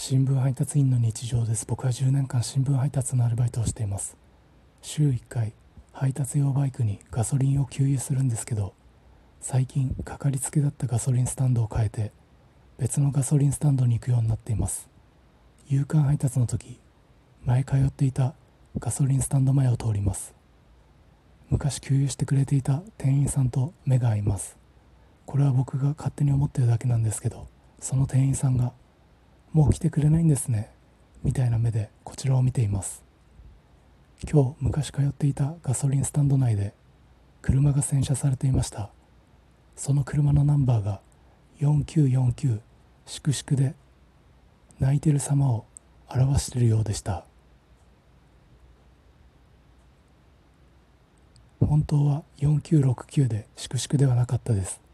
新聞配達員の日常です。僕は10年間新聞配達のアルバイトをしています。週1回配達用バイクにガソリンを給油するんですけど、最近かかりつけだったガソリンスタンドを変えて別のガソリンスタンドに行くようになっています。夕刊配達の時、前通っていたガソリンスタンド前を通ります。昔給油してくれていた店員さんと目が合います。これは僕が勝手に思ってるだけなんですけど、その店員さんがもう来てくれないんですねみたいな目でこちらを見ています。今日昔通っていたガソリンスタンド内で車が洗車されていました。その車のナンバーが4949粛々で泣いている様を表しているようでした。本当は4969で粛々ではなかったです。